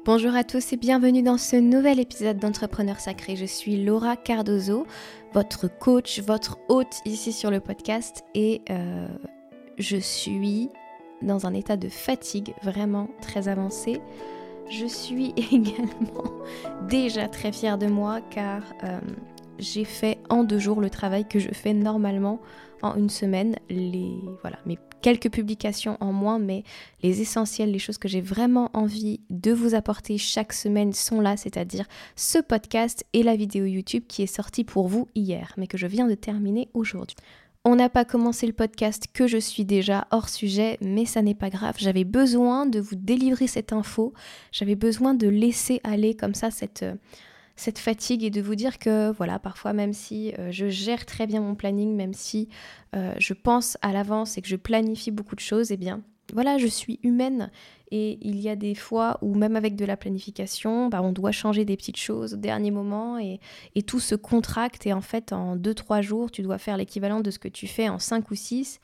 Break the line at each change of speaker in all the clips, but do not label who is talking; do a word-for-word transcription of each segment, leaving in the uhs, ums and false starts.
Bonjour à tous et bienvenue dans ce nouvel épisode d'Entrepreneur Sacré. Je suis Laura Cardozo, votre coach, votre hôte ici sur le podcast et euh, je suis dans un état de fatigue vraiment très avancé. Je suis également déjà très fière de moi car euh, j'ai fait en deux jours le travail que je fais normalement en une semaine. Les, voilà, mes quelques publications en moins, mais les essentiels, les choses que j'ai vraiment envie de vous apporter chaque semaine sont là, c'est-à-dire ce podcast et la vidéo YouTube qui est sortie pour vous hier, mais que je viens de terminer aujourd'hui. On n'a pas commencé le podcast que je suis déjà hors sujet, mais ça n'est pas grave. J'avais besoin de vous délivrer cette info, j'avais besoin de laisser aller comme ça cette... cette fatigue et de vous dire que voilà, parfois même si euh, je gère très bien mon planning, même si euh, je pense à l'avance et que je planifie beaucoup de choses, eh bien voilà, je suis humaine et il y a des fois où même avec de la planification, bah, on doit changer des petites choses au dernier moment et, et tout se contracte et en fait en deux trois jours, tu dois faire l'équivalent de ce que tu fais en cinq ou six.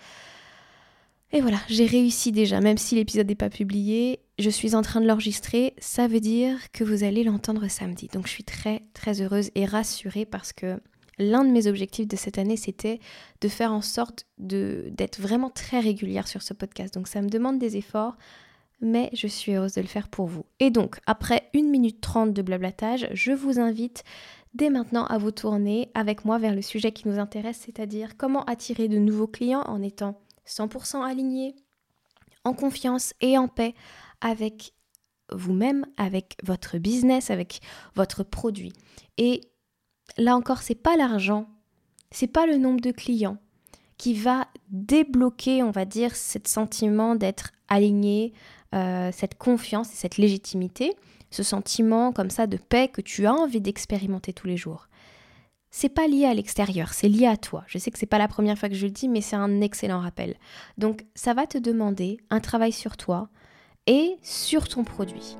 Et voilà, j'ai réussi déjà, même si l'épisode n'est pas publié, je suis en train de l'enregistrer, ça veut dire que vous allez l'entendre samedi. Donc je suis très très heureuse et rassurée parce que l'un de mes objectifs de cette année, c'était de faire en sorte de, d'être vraiment très régulière sur ce podcast. Donc ça me demande des efforts, mais je suis heureuse de le faire pour vous. Et donc, après une minute trente de blablatage, je vous invite dès maintenant à vous tourner avec moi vers le sujet qui nous intéresse, c'est-à-dire comment attirer de nouveaux clients en étant cent pour cent aligné, en confiance et en paix avec vous-même, avec votre business, avec votre produit. Et là encore, c'est pas l'argent, c'est pas le nombre de clients qui va débloquer, on va dire, ce sentiment d'être aligné, euh, cette confiance et cette légitimité, ce sentiment comme ça de paix que tu as envie d'expérimenter tous les jours. C'est pas lié à l'extérieur, c'est lié à toi. Je sais que c'est pas la première fois que je le dis, mais c'est un excellent rappel. Donc, ça va te demander un travail sur toi et sur ton produit.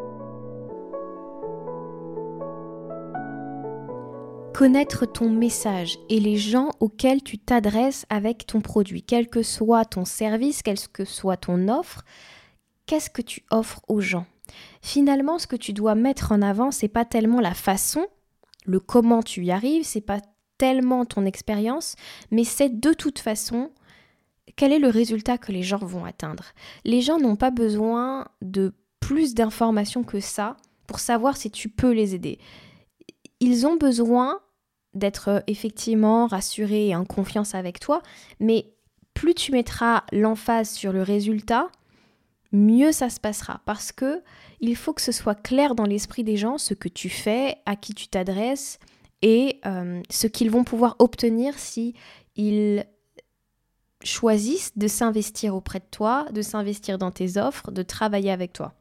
Connaître ton message et les gens auxquels tu t'adresses avec ton produit, quel que soit ton service, quelle que soit ton offre, qu'est-ce que tu offres aux gens ? Finalement, ce que tu dois mettre en avant, c'est pas tellement la façon, le comment tu y arrives, c'est pas tellement ton expérience, mais c'est de toute façon quel est le résultat que les gens vont atteindre. Les gens n'ont pas besoin de plus d'informations que ça pour savoir si tu peux les aider. Ils ont besoin d'être effectivement rassurés et en confiance avec toi, mais plus tu mettras l'emphase sur le résultat, mieux ça se passera parce que il faut que ce soit clair dans l'esprit des gens ce que tu fais, à qui tu t'adresses et euh, ce qu'ils vont pouvoir obtenir si ils choisissent de s'investir auprès de toi, de s'investir dans tes offres, de travailler avec toi.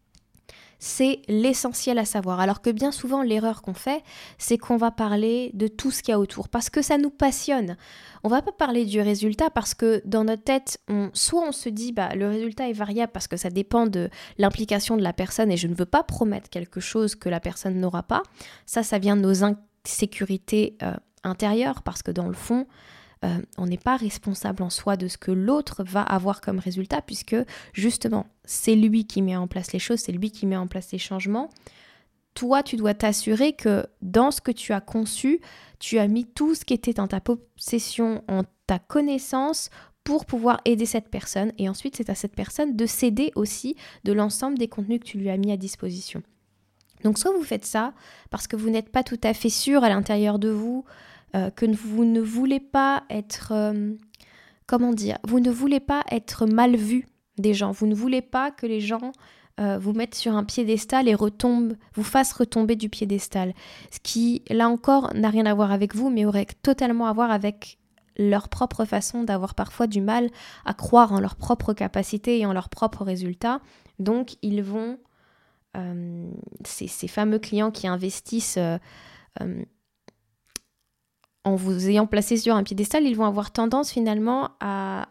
C'est l'essentiel à savoir. Alors que bien souvent, l'erreur qu'on fait, c'est qu'on va parler de tout ce qu'il y a autour parce que ça nous passionne. On va pas parler du résultat parce que dans notre tête, on, soit on se dit bah, le résultat est variable parce que ça dépend de l'implication de la personne et je ne veux pas promettre quelque chose que la personne n'aura pas. Ça, ça vient de nos insécurités euh, intérieures parce que dans le fond, Euh, on n'est pas responsable en soi de ce que l'autre va avoir comme résultat puisque justement c'est lui qui met en place les choses, c'est lui qui met en place les changements. Toi, tu dois t'assurer que dans ce que tu as conçu, tu as mis tout ce qui était en ta possession, en ta connaissance pour pouvoir aider cette personne et ensuite c'est à cette personne de s'aider aussi de l'ensemble des contenus que tu lui as mis à disposition. Donc soit vous faites ça parce que vous n'êtes pas tout à fait sûr à l'intérieur de vous, Euh, que vous ne voulez pas être, euh, comment dire, vous ne voulez pas être mal vu des gens, vous ne voulez pas que les gens euh, vous mettent sur un piédestal et retombent, vous fassent retomber du piédestal, ce qui, là encore, n'a rien à voir avec vous, mais aurait totalement à voir avec leur propre façon d'avoir parfois du mal à croire en leurs propres capacités et en leurs propres résultats, donc ils vont, euh, ces, ces fameux clients qui investissent euh, euh, en vous ayant placé sur un piédestal, ils vont avoir tendance finalement à,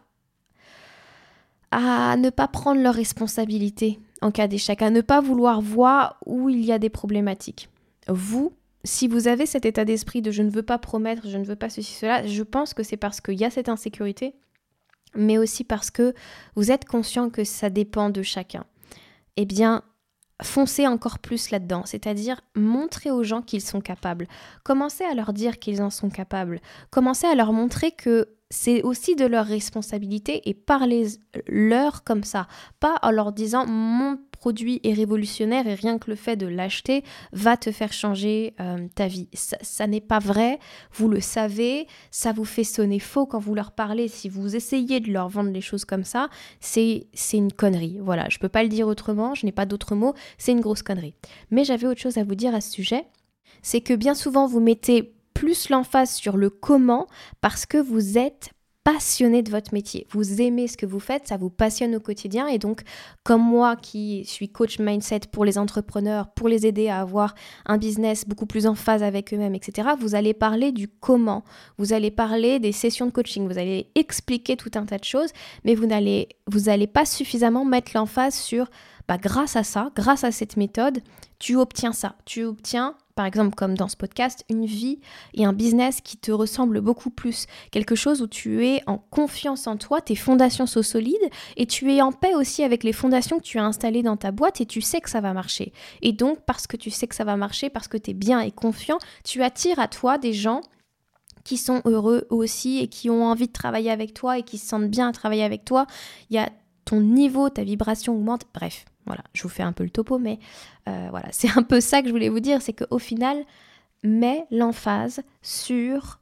à ne pas prendre leurs responsabilités en cas d'échec, à ne pas vouloir voir où il y a des problématiques. Vous, si vous avez cet état d'esprit de « je ne veux pas promettre, je ne veux pas ceci, cela », je pense que c'est parce qu'il y a cette insécurité, mais aussi parce que vous êtes conscient que ça dépend de chacun. Eh bien, foncez encore plus là-dedans, c'est-à-dire montrer aux gens qu'ils sont capables. Commencez à leur dire qu'ils en sont capables. Commencez à leur montrer que c'est aussi de leur responsabilité et parlez-leur comme ça. Pas en leur disant « mon produit est révolutionnaire et rien que le fait de l'acheter va te faire changer euh, ta vie ». Ça, ça n'est pas vrai, vous le savez, ça vous fait sonner faux quand vous leur parlez. Si vous essayez de leur vendre les choses comme ça, c'est, c'est une connerie. Voilà, je ne peux pas le dire autrement, je n'ai pas d'autres mots, c'est une grosse connerie. Mais j'avais autre chose à vous dire à ce sujet, c'est que bien souvent vous mettez plus l'emphase sur le comment parce que vous êtes passionné de votre métier. Vous aimez ce que vous faites, ça vous passionne au quotidien et donc comme moi qui suis coach mindset pour les entrepreneurs, pour les aider à avoir un business beaucoup plus en phase avec eux-mêmes, et cetera, vous allez parler du comment, vous allez parler des sessions de coaching, vous allez expliquer tout un tas de choses, mais vous n'allez, vous allez pas suffisamment mettre l'emphase sur bah, grâce à ça, grâce à cette méthode, tu obtiens ça, tu obtiens par exemple comme dans ce podcast, une vie et un business qui te ressemble beaucoup plus. Quelque chose où tu es en confiance en toi, tes fondations sont solides et tu es en paix aussi avec les fondations que tu as installées dans ta boîte et tu sais que ça va marcher. Et donc, parce que tu sais que ça va marcher, parce que tu es bien et confiant, tu attires à toi des gens qui sont heureux aussi et qui ont envie de travailler avec toi et qui se sentent bien à travailler avec toi. Il y a ton niveau, ta vibration augmente, bref. Voilà, je vous fais un peu le topo, mais euh, voilà, c'est un peu ça que je voulais vous dire, c'est qu'au final, mets l'emphase sur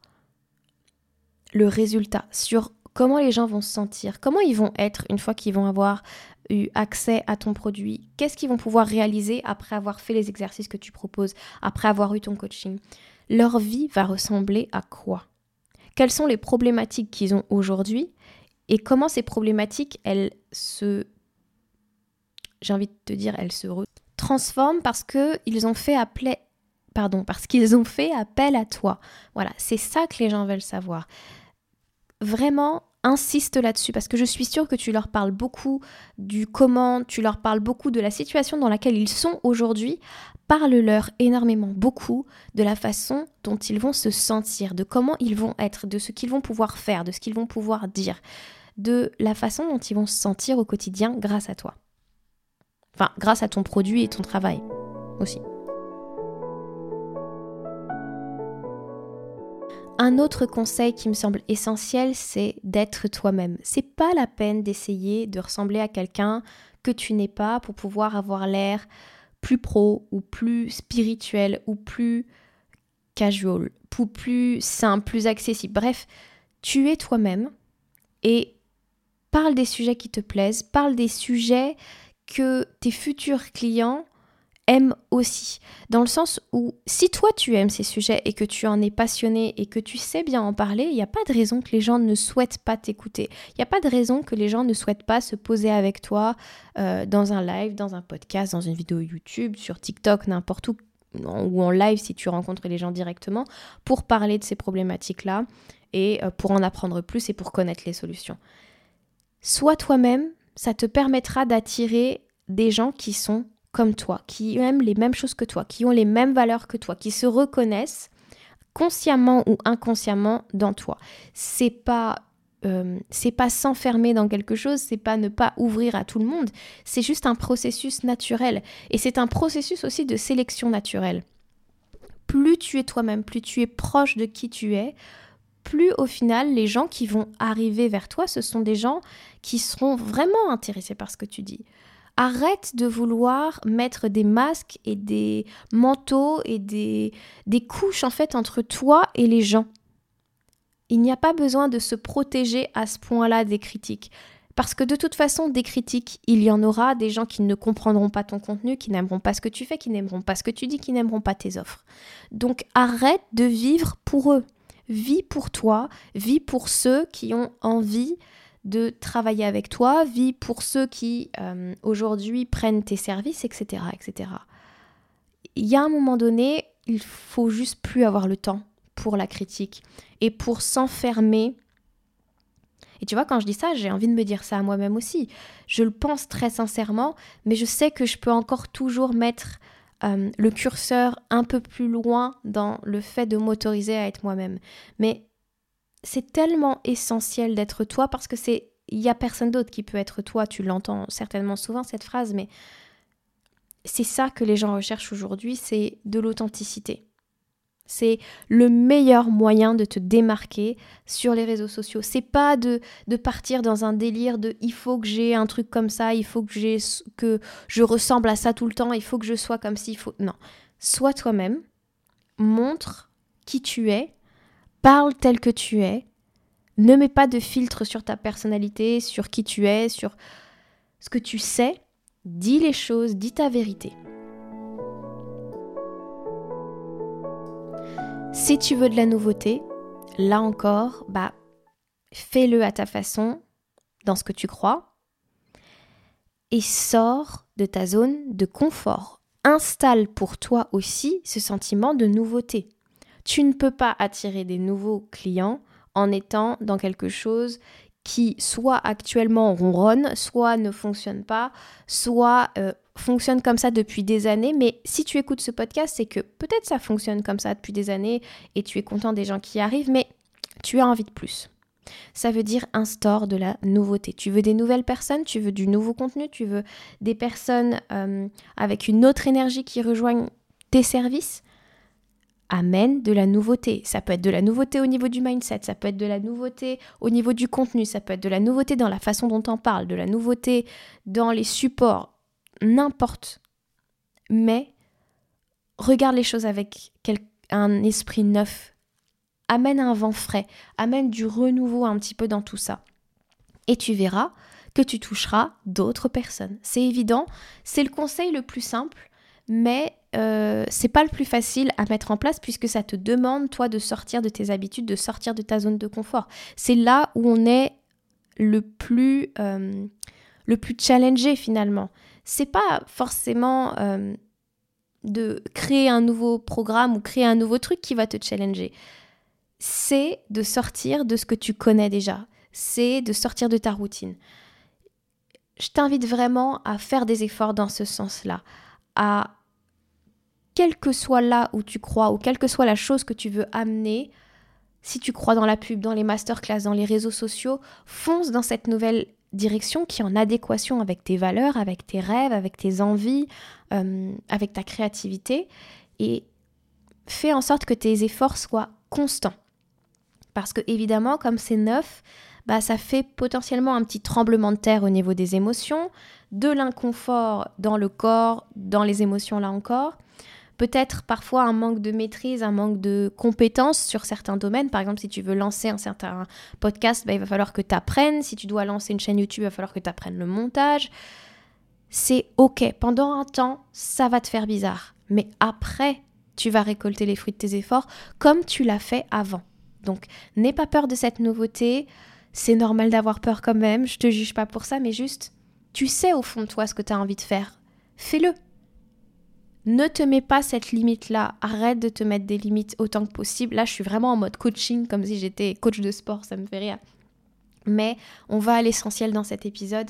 le résultat, sur comment les gens vont se sentir, comment ils vont être une fois qu'ils vont avoir eu accès à ton produit, qu'est-ce qu'ils vont pouvoir réaliser après avoir fait les exercices que tu proposes, après avoir eu ton coaching. Leur vie va ressembler à quoi ? Quelles sont les problématiques qu'ils ont aujourd'hui et comment ces problématiques, elles se... j'ai envie de te dire, elles se transforment parce qu'ils ont fait appel, pardon, parce qu'ils ont fait appel à toi. Voilà, c'est ça que les gens veulent savoir. Vraiment, insiste là-dessus parce que je suis sûre que tu leur parles beaucoup du comment, tu leur parles beaucoup de la situation dans laquelle ils sont aujourd'hui. Parle-leur énormément, beaucoup de la façon dont ils vont se sentir, de comment ils vont être, de ce qu'ils vont pouvoir faire, de ce qu'ils vont pouvoir dire, de la façon dont ils vont se sentir au quotidien grâce à toi. Enfin, grâce à ton produit et ton travail aussi. Un autre conseil qui me semble essentiel, c'est d'être toi-même. C'est pas la peine d'essayer de ressembler à quelqu'un que tu n'es pas pour pouvoir avoir l'air plus pro ou plus spirituel ou plus casual, ou plus simple, plus accessible. Bref, tu es toi-même et parle des sujets qui te plaisent, parle des sujets que tes futurs clients aiment aussi. Dans le sens où si toi tu aimes ces sujets et que tu en es passionné et que tu sais bien en parler, il n'y a pas de raison que les gens ne souhaitent pas t'écouter. Il n'y a pas de raison que les gens ne souhaitent pas se poser avec toi euh, dans un live, dans un podcast, dans une vidéo YouTube, sur TikTok, n'importe où, ou en live si tu rencontres les gens directement, pour parler de ces problématiques-là et euh, pour en apprendre plus et pour connaître les solutions. Sois toi-même, ça te permettra d'attirer des gens qui sont comme toi, qui aiment les mêmes choses que toi, qui ont les mêmes valeurs que toi, qui se reconnaissent consciemment ou inconsciemment dans toi. C'est pas, euh, c'est pas s'enfermer dans quelque chose, c'est pas ne pas ouvrir à tout le monde, c'est juste un processus naturel. Et c'est un processus aussi de sélection naturelle. Plus tu es toi-même, plus tu es proche de qui tu es, plus au final, les gens qui vont arriver vers toi, ce sont des gens qui seront vraiment intéressés par ce que tu dis. Arrête de vouloir mettre des masques et des manteaux et des, des couches en fait entre toi et les gens. Il n'y a pas besoin de se protéger à ce point-là des critiques. Parce que de toute façon, des critiques, il y en aura, des gens qui ne comprendront pas ton contenu, qui n'aimeront pas ce que tu fais, qui n'aimeront pas ce que tu dis, qui n'aimeront pas tes offres. Donc arrête de vivre pour eux. Vis pour toi, vis pour ceux qui ont envie de travailler avec toi, vis pour ceux qui euh, aujourd'hui prennent tes services, et cetera, et cetera. Il y a un moment donné, il faut juste plus avoir le temps pour la critique et pour s'enfermer. Et tu vois, quand je dis ça, j'ai envie de me dire ça à moi-même aussi. Je le pense très sincèrement, mais je sais que je peux encore toujours mettre euh, le curseur un peu plus loin dans le fait de m'autoriser à être moi-même. Mais c'est tellement essentiel d'être toi parce que c'est, il y a personne d'autre qui peut être toi. Tu l'entends certainement souvent cette phrase, mais c'est ça que les gens recherchent aujourd'hui, c'est de l'authenticité. C'est le meilleur moyen de te démarquer sur les réseaux sociaux. C'est pas de, de partir dans un délire de il faut que j'ai un truc comme ça, il faut que, j'ai, que je ressemble à ça tout le temps, il faut que je sois comme ci, il faut... Non. Sois toi-même, montre qui tu es, parle tel que tu es, ne mets pas de filtre sur ta personnalité, sur qui tu es, sur ce que tu sais, dis les choses, dis ta vérité. Si tu veux de la nouveauté, là encore, bah, fais-le à ta façon, dans ce que tu crois, et sors de ta zone de confort. Installe pour toi aussi ce sentiment de nouveauté. Tu ne peux pas attirer des nouveaux clients en étant dans quelque chose qui soit actuellement ronronne, soit ne fonctionne pas, soit euh, fonctionne comme ça depuis des années. Mais si tu écoutes ce podcast, c'est que peut-être ça fonctionne comme ça depuis des années et tu es content des gens qui y arrivent, mais tu as envie de plus. Ça veut dire instaure de la nouveauté. Tu veux des nouvelles personnes, tu veux du nouveau contenu, tu veux des personnes euh, avec une autre énergie qui rejoignent tes services. Amène de la nouveauté. Ça peut être de la nouveauté au niveau du mindset, ça peut être de la nouveauté au niveau du contenu, ça peut être de la nouveauté dans la façon dont on parle, de la nouveauté dans les supports, n'importe. Mais regarde les choses avec quel... un esprit neuf. Amène un vent frais, amène du renouveau un petit peu dans tout ça. Et tu verras que tu toucheras d'autres personnes. C'est évident, c'est le conseil le plus simple, mais euh, c'est pas le plus facile à mettre en place puisque ça te demande, toi, de sortir de tes habitudes, de sortir de ta zone de confort. C'est là où on est le plus, euh, le plus challengé finalement. C'est pas forcément euh, de créer un nouveau programme ou créer un nouveau truc qui va te challenger. C'est de sortir de ce que tu connais déjà. C'est de sortir de ta routine. Je t'invite vraiment à faire des efforts dans ce sens-là, à quel que soit là où tu crois ou quelle que soit la chose que tu veux amener, si tu crois dans la pub, dans les masterclass, dans les réseaux sociaux, fonce dans cette nouvelle direction qui est en adéquation avec tes valeurs, avec tes rêves, avec tes envies, euh, avec ta créativité et fais en sorte que tes efforts soient constants. Parce que évidemment, comme c'est neuf, bah, ça fait potentiellement un petit tremblement de terre au niveau des émotions, de l'inconfort dans le corps, dans les émotions là encore. Peut-être parfois un manque de maîtrise, un manque de compétences sur certains domaines. Par exemple, si tu veux lancer un certain podcast, bah, il va falloir que tu apprennes. Si tu dois lancer une chaîne YouTube, il va falloir que tu apprennes le montage. C'est OK. Pendant un temps, ça va te faire bizarre. Mais après, tu vas récolter les fruits de tes efforts comme tu l'as fait avant. Donc, n'aie pas peur de cette nouveauté. C'est normal d'avoir peur quand même. Je te juge pas pour ça, mais juste, tu sais au fond de toi ce que tu as envie de faire. Fais-le. Ne te mets pas cette limite-là. Arrête de te mettre des limites autant que possible. Là, je suis vraiment en mode coaching, comme si j'étais coach de sport, ça me fait rire. Mais on va à l'essentiel dans cet épisode.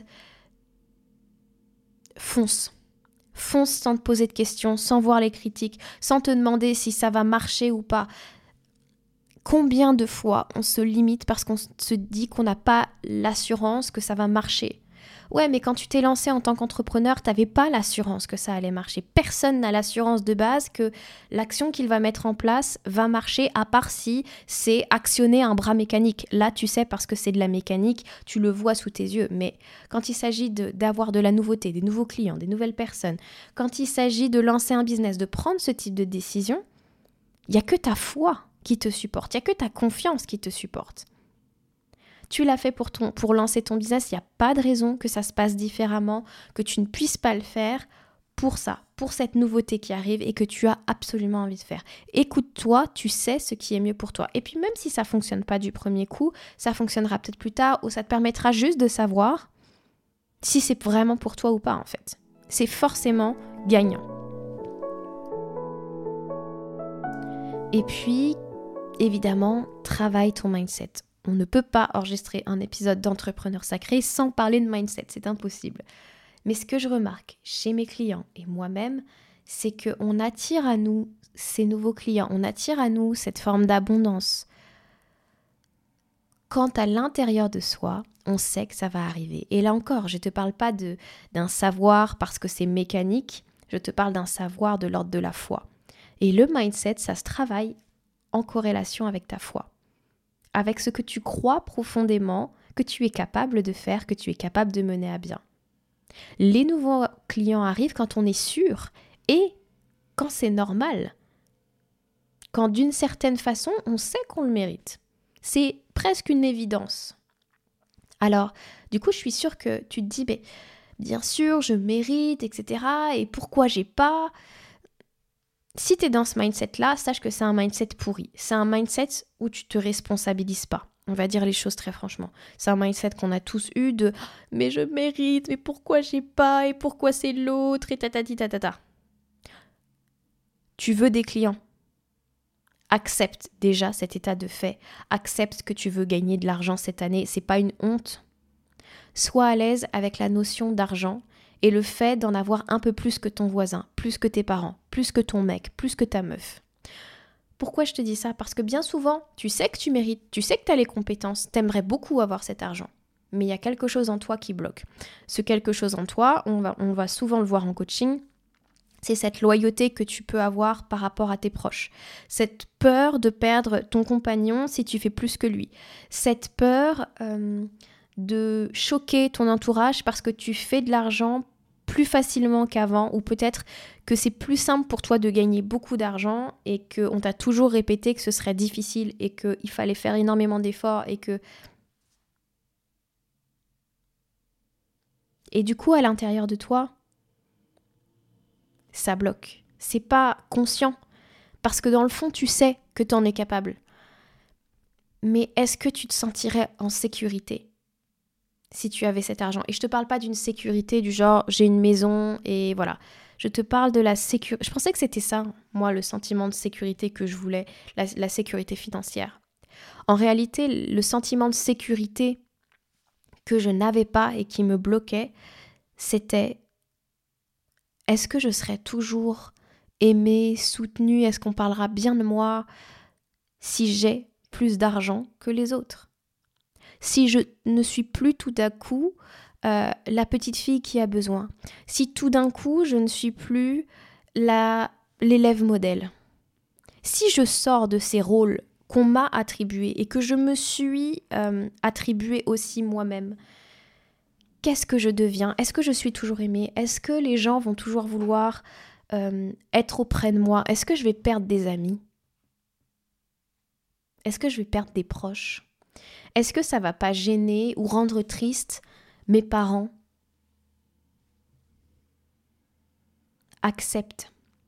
Fonce. Fonce sans te poser de questions, sans voir les critiques, sans te demander si ça va marcher ou pas. Combien de fois on se limite parce qu'on se dit qu'on n'a pas l'assurance que ça va marcher ? Ouais, mais quand tu t'es lancé en tant qu'entrepreneur, tu n'avais pas l'assurance que ça allait marcher. Personne n'a l'assurance de base que l'action qu'il va mettre en place va marcher, à part si c'est actionner un bras mécanique. Là, tu sais, parce que c'est de la mécanique, tu le vois sous tes yeux. Mais quand il s'agit de, d'avoir de la nouveauté, des nouveaux clients, des nouvelles personnes, quand il s'agit de lancer un business, de prendre ce type de décision, il n'y a que ta foi qui te supporte, il n'y a que ta confiance qui te supporte. Tu l'as fait pour, ton, pour lancer ton business, il n'y a pas de raison que ça se passe différemment, que tu ne puisses pas le faire pour ça, pour cette nouveauté qui arrive et que tu as absolument envie de faire. Écoute-toi, tu sais ce qui est mieux pour toi. Et puis même si ça ne fonctionne pas du premier coup, ça fonctionnera peut-être plus tard ou ça te permettra juste de savoir si c'est vraiment pour toi ou pas en fait. C'est forcément gagnant. Et puis, évidemment, travaille ton mindset. On ne peut pas enregistrer un épisode d'Entrepreneur Sacré sans parler de mindset, c'est impossible. Mais ce que je remarque chez mes clients et moi-même, c'est qu'on attire à nous ces nouveaux clients, on attire à nous cette forme d'abondance. Quand à l'intérieur de soi, on sait que ça va arriver. Et là encore, je ne te parle pas de, d'un savoir parce que c'est mécanique, Je te parle d'un savoir de l'ordre de la foi. Et le mindset, ça se travaille en corrélation avec ta foi. Avec ce que tu crois profondément que tu es capable de faire, que tu es capable de mener à bien. Les nouveaux clients arrivent quand on est sûr et quand c'est normal. Quand d'une certaine façon, on sait qu'on le mérite. C'est presque une évidence. Alors, du coup, je suis sûre que tu te dis, mais bien sûr, je mérite, et cetera. Et pourquoi j'ai pas ? Si tu es dans ce mindset-là, sache que c'est un mindset pourri. C'est un mindset où tu te responsabilises pas. On va dire les choses très franchement. C'est un mindset qu'on a tous eu de « mais je mérite, mais pourquoi j'ai pas, et pourquoi c'est l'autre, et tatati tatata ». Tu veux des clients. Accepte déjà cet état de fait. Accepte que tu veux gagner de l'argent cette année. C'est pas une honte. Sois à l'aise avec la notion d'argent et le fait d'en avoir un peu plus que ton voisin, plus que tes parents, plus que ton mec, plus que ta meuf. Pourquoi je te dis ça ? Parce que bien souvent, tu sais que tu mérites, tu sais que tu as les compétences, t'aimerais beaucoup avoir cet argent. Mais il y a quelque chose en toi qui bloque. Ce quelque chose en toi, on va, on va souvent le voir en coaching, c'est cette loyauté que tu peux avoir par rapport à tes proches. Cette peur de perdre ton compagnon si tu fais plus que lui. Cette peur euh, de choquer ton entourage parce que tu fais de l'argent plus facilement qu'avant, ou peut-être que c'est plus simple pour toi de gagner beaucoup d'argent et qu'on t'a toujours répété que ce serait difficile et qu'il fallait faire énormément d'efforts et que... Et du coup, à l'intérieur de toi, ça bloque. C'est pas conscient. Parce que dans le fond, tu sais que tu en es capable. Mais est-ce que tu te sentirais en sécurité si tu avais cet argent ? Et je te parle pas d'une sécurité du genre j'ai une maison et voilà. Je te parle de la sécurité. Je pensais que c'était ça, moi, le sentiment de sécurité que je voulais, la, la sécurité financière. En réalité, le sentiment de sécurité que je n'avais pas et qui me bloquait, c'était est-ce que je serai toujours aimée, soutenue ? Est-ce qu'on parlera bien de moi si j'ai plus d'argent que les autres ? Si je ne suis plus tout à coup euh, la petite fille qui a besoin ? Si tout d'un coup je ne suis plus la, l'élève modèle ? Si je sors de ces rôles qu'on m'a attribués et que je me suis euh, attribué aussi moi-même, qu'est-ce que je deviens ? Est-ce que je suis toujours aimée ? Est-ce que les gens vont toujours vouloir euh, être auprès de moi ? Est-ce que je vais perdre des amis ? Est-ce que je vais perdre des proches ? Est-ce que ça va pas gêner ou rendre triste mes parents ? Accepte.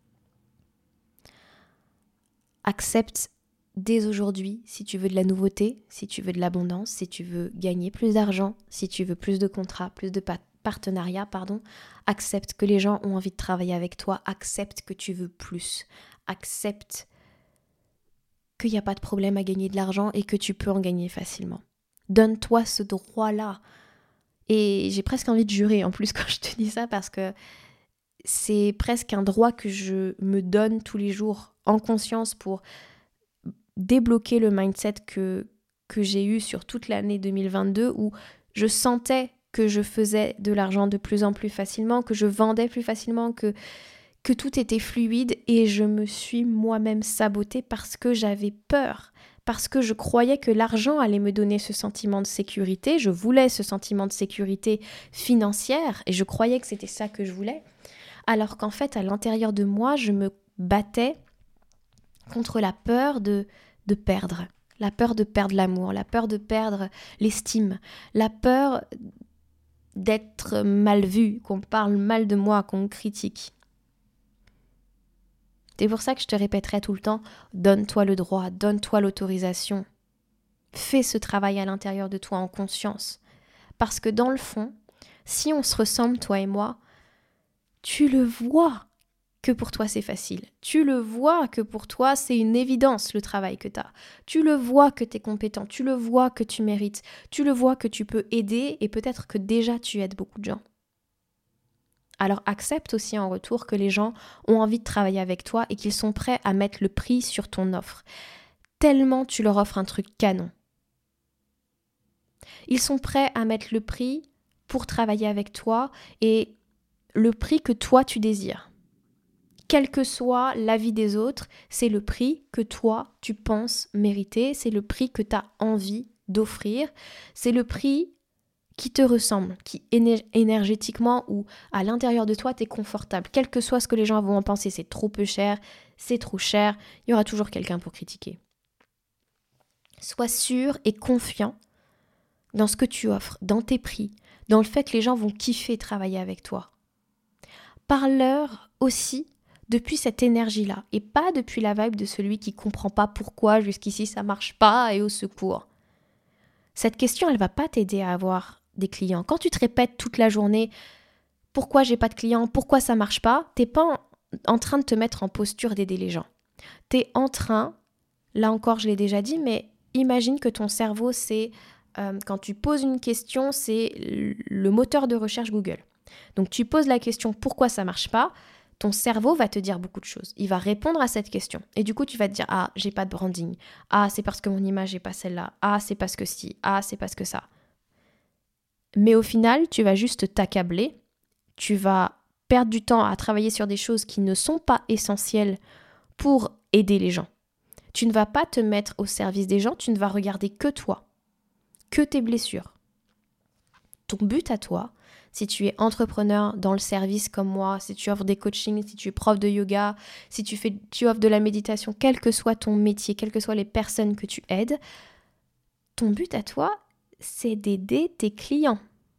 Accepte dès aujourd'hui si tu veux de la nouveauté, si tu veux de l'abondance, si tu veux gagner plus d'argent, si tu veux plus de contrats, plus de pa- partenariats, pardon. Accepte que les gens ont envie de travailler avec toi. Accepte que tu veux plus. Accepte qu'il n'y a pas de problème à gagner de l'argent et que tu peux en gagner facilement. Donne-toi ce droit-là. Et j'ai presque envie de jurer en plus quand je te dis ça parce que c'est presque un droit que je me donne tous les jours en conscience pour débloquer le mindset que, que j'ai eu sur toute l'année deux mille vingt-deux où je sentais que je faisais de l'argent de plus en plus facilement, que je vendais plus facilement, que, que tout était fluide et je me suis moi-même sabotée parce que j'avais peur. Parce que je croyais que l'argent allait me donner ce sentiment de sécurité, je voulais ce sentiment de sécurité financière et je croyais que c'était ça que je voulais, alors qu'en fait, à l'intérieur de moi, je me battais contre la peur de, de perdre, la peur de perdre l'amour, la peur de perdre l'estime, la peur d'être mal vue, qu'on parle mal de moi, qu'on me critique. C'est pour ça que je te répéterai tout le temps, donne-toi le droit, donne-toi l'autorisation. Fais ce travail à l'intérieur de toi en conscience. Parce que dans le fond, si on se ressemble, toi et moi, tu le vois que pour toi c'est facile. Tu le vois que pour toi c'est une évidence le travail que tu as. Tu le vois que tu es compétent, tu le vois que tu mérites, tu le vois que tu peux aider et peut-être que déjà tu aides beaucoup de gens. Alors accepte aussi en retour que les gens ont envie de travailler avec toi et qu'ils sont prêts à mettre le prix sur ton offre. Tellement tu leur offres un truc canon. Ils sont prêts à mettre le prix pour travailler avec toi et le prix que toi tu désires. Quel que soit l'avis des autres, c'est le prix que toi, tu penses mériter, c'est le prix que tu as envie d'offrir, c'est le prix qui te ressemble, qui éner- énergétiquement ou à l'intérieur de toi, t'es confortable. Quel que soit ce que les gens vont en penser, c'est trop peu cher, c'est trop cher, il y aura toujours quelqu'un pour critiquer. Sois sûr et confiant dans ce que tu offres, dans tes prix, dans le fait que les gens vont kiffer travailler avec toi. Parle-leur aussi depuis cette énergie-là et pas depuis la vibe de celui qui comprend pas pourquoi jusqu'ici ça marche pas et au secours. Cette question, elle va pas t'aider à avoir des clients. Quand tu te répètes toute la journée pourquoi j'ai pas de clients, pourquoi ça marche pas, t'es pas en, en train de te mettre en posture d'aider les gens. T'es en train, là encore je l'ai déjà dit, mais imagine que ton cerveau c'est, euh, quand tu poses une question, c'est le moteur de recherche Google. Donc tu poses la question pourquoi ça marche pas, ton cerveau va te dire beaucoup de choses. Il va répondre à cette question. Et du coup, tu vas te dire, ah, j'ai pas de branding. Ah, c'est parce que mon image n'est pas celle-là. Ah, c'est parce que si. Ah, c'est parce que ça. Mais au final, tu vas juste t'accabler. Tu vas perdre du temps à travailler sur des choses qui ne sont pas essentielles pour aider les gens. Tu ne vas pas te mettre au service des gens. Tu ne vas regarder que toi, que tes blessures. Ton but à toi, si tu es entrepreneur dans le service comme moi, si tu offres des coachings, si tu es prof de yoga, si tu, fais, tu offres de la méditation, quel que soit ton métier, quelles que soient les personnes que tu aides, ton but à toi, c'est d'aider tes clients.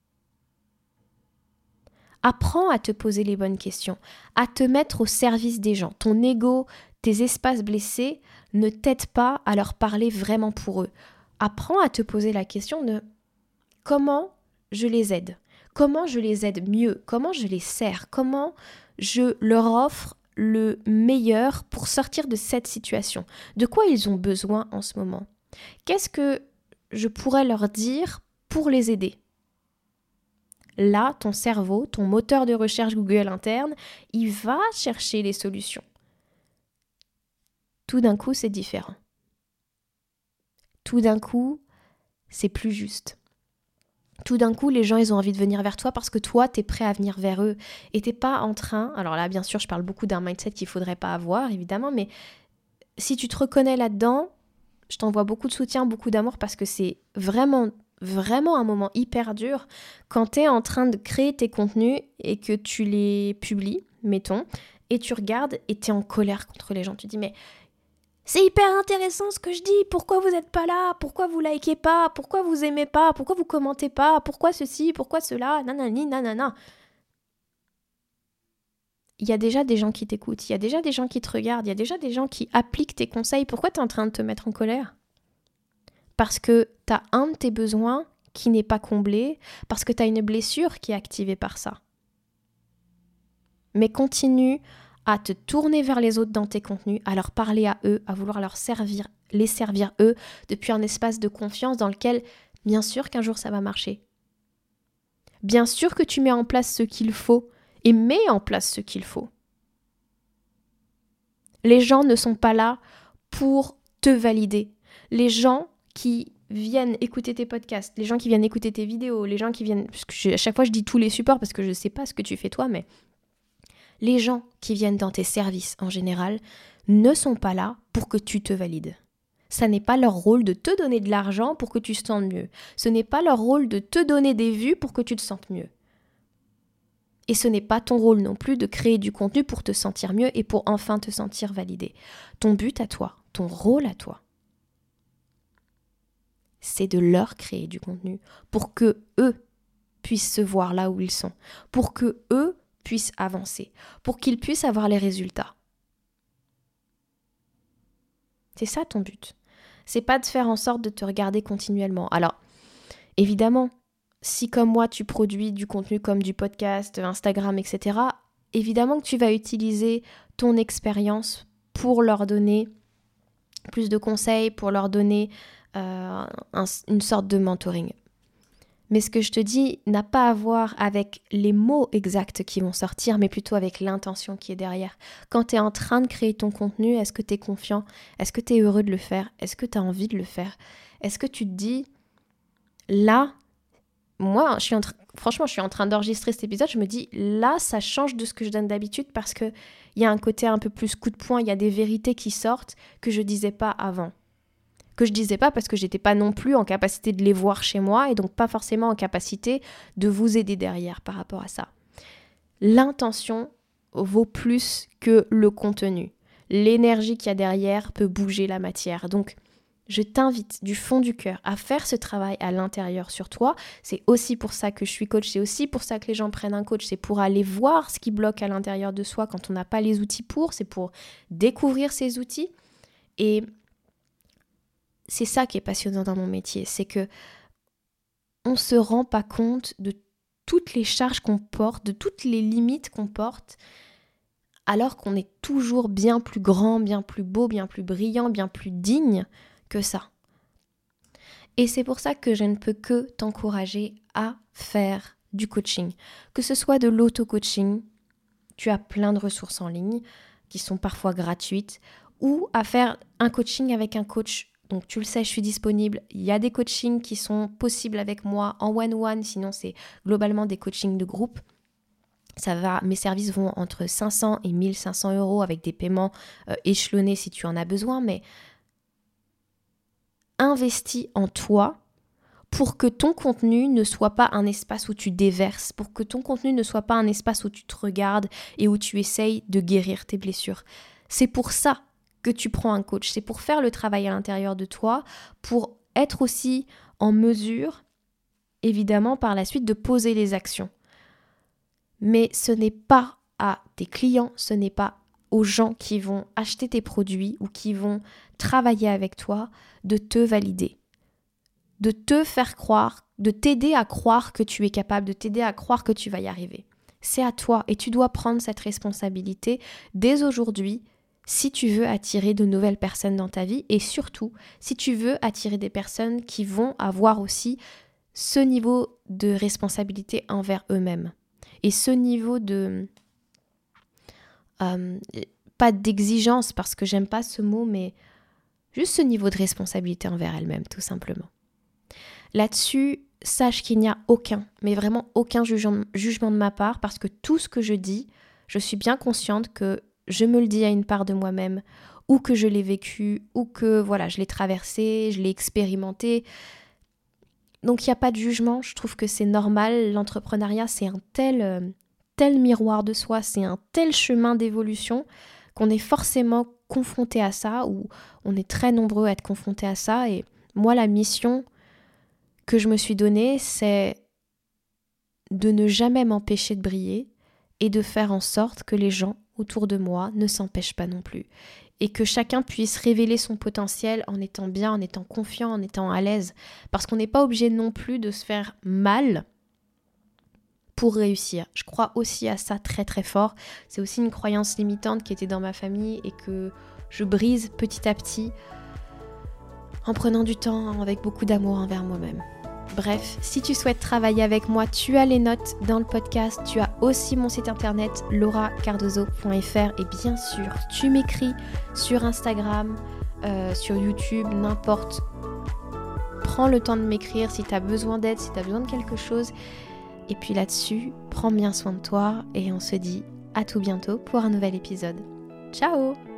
Apprends à te poser les bonnes questions, à te mettre au service des gens. Ton ego, tes espaces blessés ne t'aident pas à leur parler vraiment pour eux. Apprends à te poser la question de comment je les aide. Comment je les aide mieux? Comment je les sers? Comment je leur offre le meilleur pour sortir de cette situation? De quoi ils ont besoin en ce moment? Qu'est-ce que je pourrais leur dire pour les aider? Là, ton cerveau, ton moteur de recherche Google interne, il va chercher les solutions. Tout d'un coup, c'est différent. Tout d'un coup, c'est plus juste. Tout d'un coup, les gens, ils ont envie de venir vers toi parce que toi, t'es prêt à venir vers eux. Et t'es pas en train... Alors là, bien sûr, je parle beaucoup d'un mindset qu'il faudrait pas avoir, évidemment, mais si tu te reconnais là-dedans, je t'envoie beaucoup de soutien, beaucoup d'amour parce que c'est vraiment, vraiment un moment hyper dur quand t'es en train de créer tes contenus et que tu les publies, mettons, et tu regardes et t'es en colère contre les gens. Tu dis, mais... c'est hyper intéressant ce que je dis, pourquoi vous n'êtes pas là, pourquoi vous likez pas, pourquoi vous aimez pas, pourquoi vous commentez pas, pourquoi ceci, pourquoi cela, nanani, nanana. Il y a déjà des gens qui t'écoutent, il y a déjà des gens qui te regardent, il y a déjà des gens qui appliquent tes conseils, pourquoi tu es en train de te mettre en colère? Parce que tu as un de tes besoins qui n'est pas comblé, parce que tu as une blessure qui est activée par ça. Mais continue à te tourner vers les autres dans tes contenus, à leur parler à eux, à vouloir leur servir, les servir eux, depuis un espace de confiance dans lequel, bien sûr qu'un jour ça va marcher. Bien sûr que tu mets en place ce qu'il faut, et mets en place ce qu'il faut. Les gens ne sont pas là pour te valider. Les gens qui viennent écouter tes podcasts, les gens qui viennent écouter tes vidéos, les gens qui viennent... Parce que je, à chaque fois je dis tous les supports parce que je ne sais pas ce que tu fais toi, mais... les gens qui viennent dans tes services en général ne sont pas là pour que tu te valides. Ça n'est pas leur rôle de te donner de l'argent pour que tu te sentes mieux. Ce n'est pas leur rôle de te donner des vues pour que tu te sentes mieux. Et ce n'est pas ton rôle non plus de créer du contenu pour te sentir mieux et pour enfin te sentir validé. Ton but à toi, ton rôle à toi, c'est de leur créer du contenu pour que eux puissent se voir là où ils sont, pour que eux puissent avancer, pour qu'ils puissent avoir les résultats. C'est ça ton but. C'est pas de faire en sorte de te regarder continuellement. Alors, évidemment, si comme moi tu produis du contenu comme du podcast, Instagram, et cetera, évidemment que tu vas utiliser ton expérience pour leur donner plus de conseils, pour leur donner euh, un, une sorte de mentoring. Mais ce que je te dis n'a pas à voir avec les mots exacts qui vont sortir, mais plutôt avec l'intention qui est derrière. Quand tu es en train de créer ton contenu, est-ce que tu es confiant? Est-ce que tu es heureux de le faire? Est-ce que tu as envie de le faire? Est-ce que tu te dis, là, moi, je suis en tra- franchement, je suis en train d'enregistrer cet épisode, je me dis, là, ça change de ce que je donne d'habitude parce qu'il y a un côté un peu plus coup de poing, il y a des vérités qui sortent que je disais pas avant. Que je disais pas parce que j'étais pas non plus en capacité de les voir chez moi et donc pas forcément en capacité de vous aider derrière par rapport à ça. L'intention vaut plus que le contenu. L'énergie qu'il y a derrière peut bouger la matière. Donc, je t'invite du fond du cœur à faire ce travail à l'intérieur sur toi. C'est aussi pour ça que je suis coach, c'est aussi pour ça que les gens prennent un coach, c'est pour aller voir ce qui bloque à l'intérieur de soi quand on n'a pas les outils pour, c'est pour découvrir ces outils. Et c'est ça qui est passionnant dans mon métier, c'est que on ne se rend pas compte de toutes les charges qu'on porte, de toutes les limites qu'on porte, alors qu'on est toujours bien plus grand, bien plus beau, bien plus brillant, bien plus digne que ça. Et c'est pour ça que je ne peux que t'encourager à faire du coaching. Que ce soit de l'auto-coaching, tu as plein de ressources en ligne qui sont parfois gratuites, ou à faire un coaching avec un coach. Donc tu le sais, je suis disponible. Il y a des coachings qui sont possibles avec moi en one-one, sinon c'est globalement des coachings de groupe. Ça va, mes services vont entre cinq cents et mille cinq cents euros avec des paiements euh, échelonnés si tu en as besoin, mais investis en toi pour que ton contenu ne soit pas un espace où tu déverses, pour que ton contenu ne soit pas un espace où tu te regardes et où tu essayes de guérir tes blessures. C'est pour ça que tu prends un coach, c'est pour faire le travail à l'intérieur de toi, pour être aussi en mesure, évidemment, par la suite, de poser les actions. Mais ce n'est pas à tes clients, ce n'est pas aux gens qui vont acheter tes produits ou qui vont travailler avec toi de te valider, de te faire croire, de t'aider à croire que tu es capable, de t'aider à croire que tu vas y arriver. C'est à toi et tu dois prendre cette responsabilité dès aujourd'hui si tu veux attirer de nouvelles personnes dans ta vie et surtout si tu veux attirer des personnes qui vont avoir aussi ce niveau de responsabilité envers eux-mêmes. Et ce niveau de... Euh, pas d'exigence, parce que j'aime pas ce mot, mais juste ce niveau de responsabilité envers elle-même, tout simplement. Là-dessus, sache qu'il n'y a aucun, mais vraiment aucun jugement, jugement de ma part, parce que tout ce que je dis, je suis bien consciente que je me le dis à une part de moi-même, ou que je l'ai vécu, ou que voilà, je l'ai traversé, je l'ai expérimenté. Donc il n'y a pas de jugement, je trouve que c'est normal. L'entrepreneuriat, c'est un tel, euh, tel miroir de soi, c'est un tel chemin d'évolution qu'on est forcément confronté à ça, ou on est très nombreux à être confrontés à ça. Et moi, la mission que je me suis donnée, c'est de ne jamais m'empêcher de briller et de faire en sorte que les gens autour de moi ne s'empêchent pas non plus. Et que chacun puisse révéler son potentiel en étant bien, en étant confiant, en étant à l'aise. Parce qu'on n'est pas obligé non plus de se faire mal pour réussir. Je crois aussi à ça très très fort. C'est aussi une croyance limitante qui était dans ma famille et que je brise petit à petit en prenant du temps avec beaucoup d'amour envers moi-même. Bref, si tu souhaites travailler avec moi, tu as les notes dans le podcast, tu as aussi mon site internet laura cardozo point f r et bien sûr, tu m'écris sur Instagram, euh, sur YouTube, n'importe. Prends le temps de m'écrire si tu as besoin d'aide, si tu as besoin de quelque chose. Et puis là-dessus, prends bien soin de toi et on se dit à tout bientôt pour un nouvel épisode. Ciao!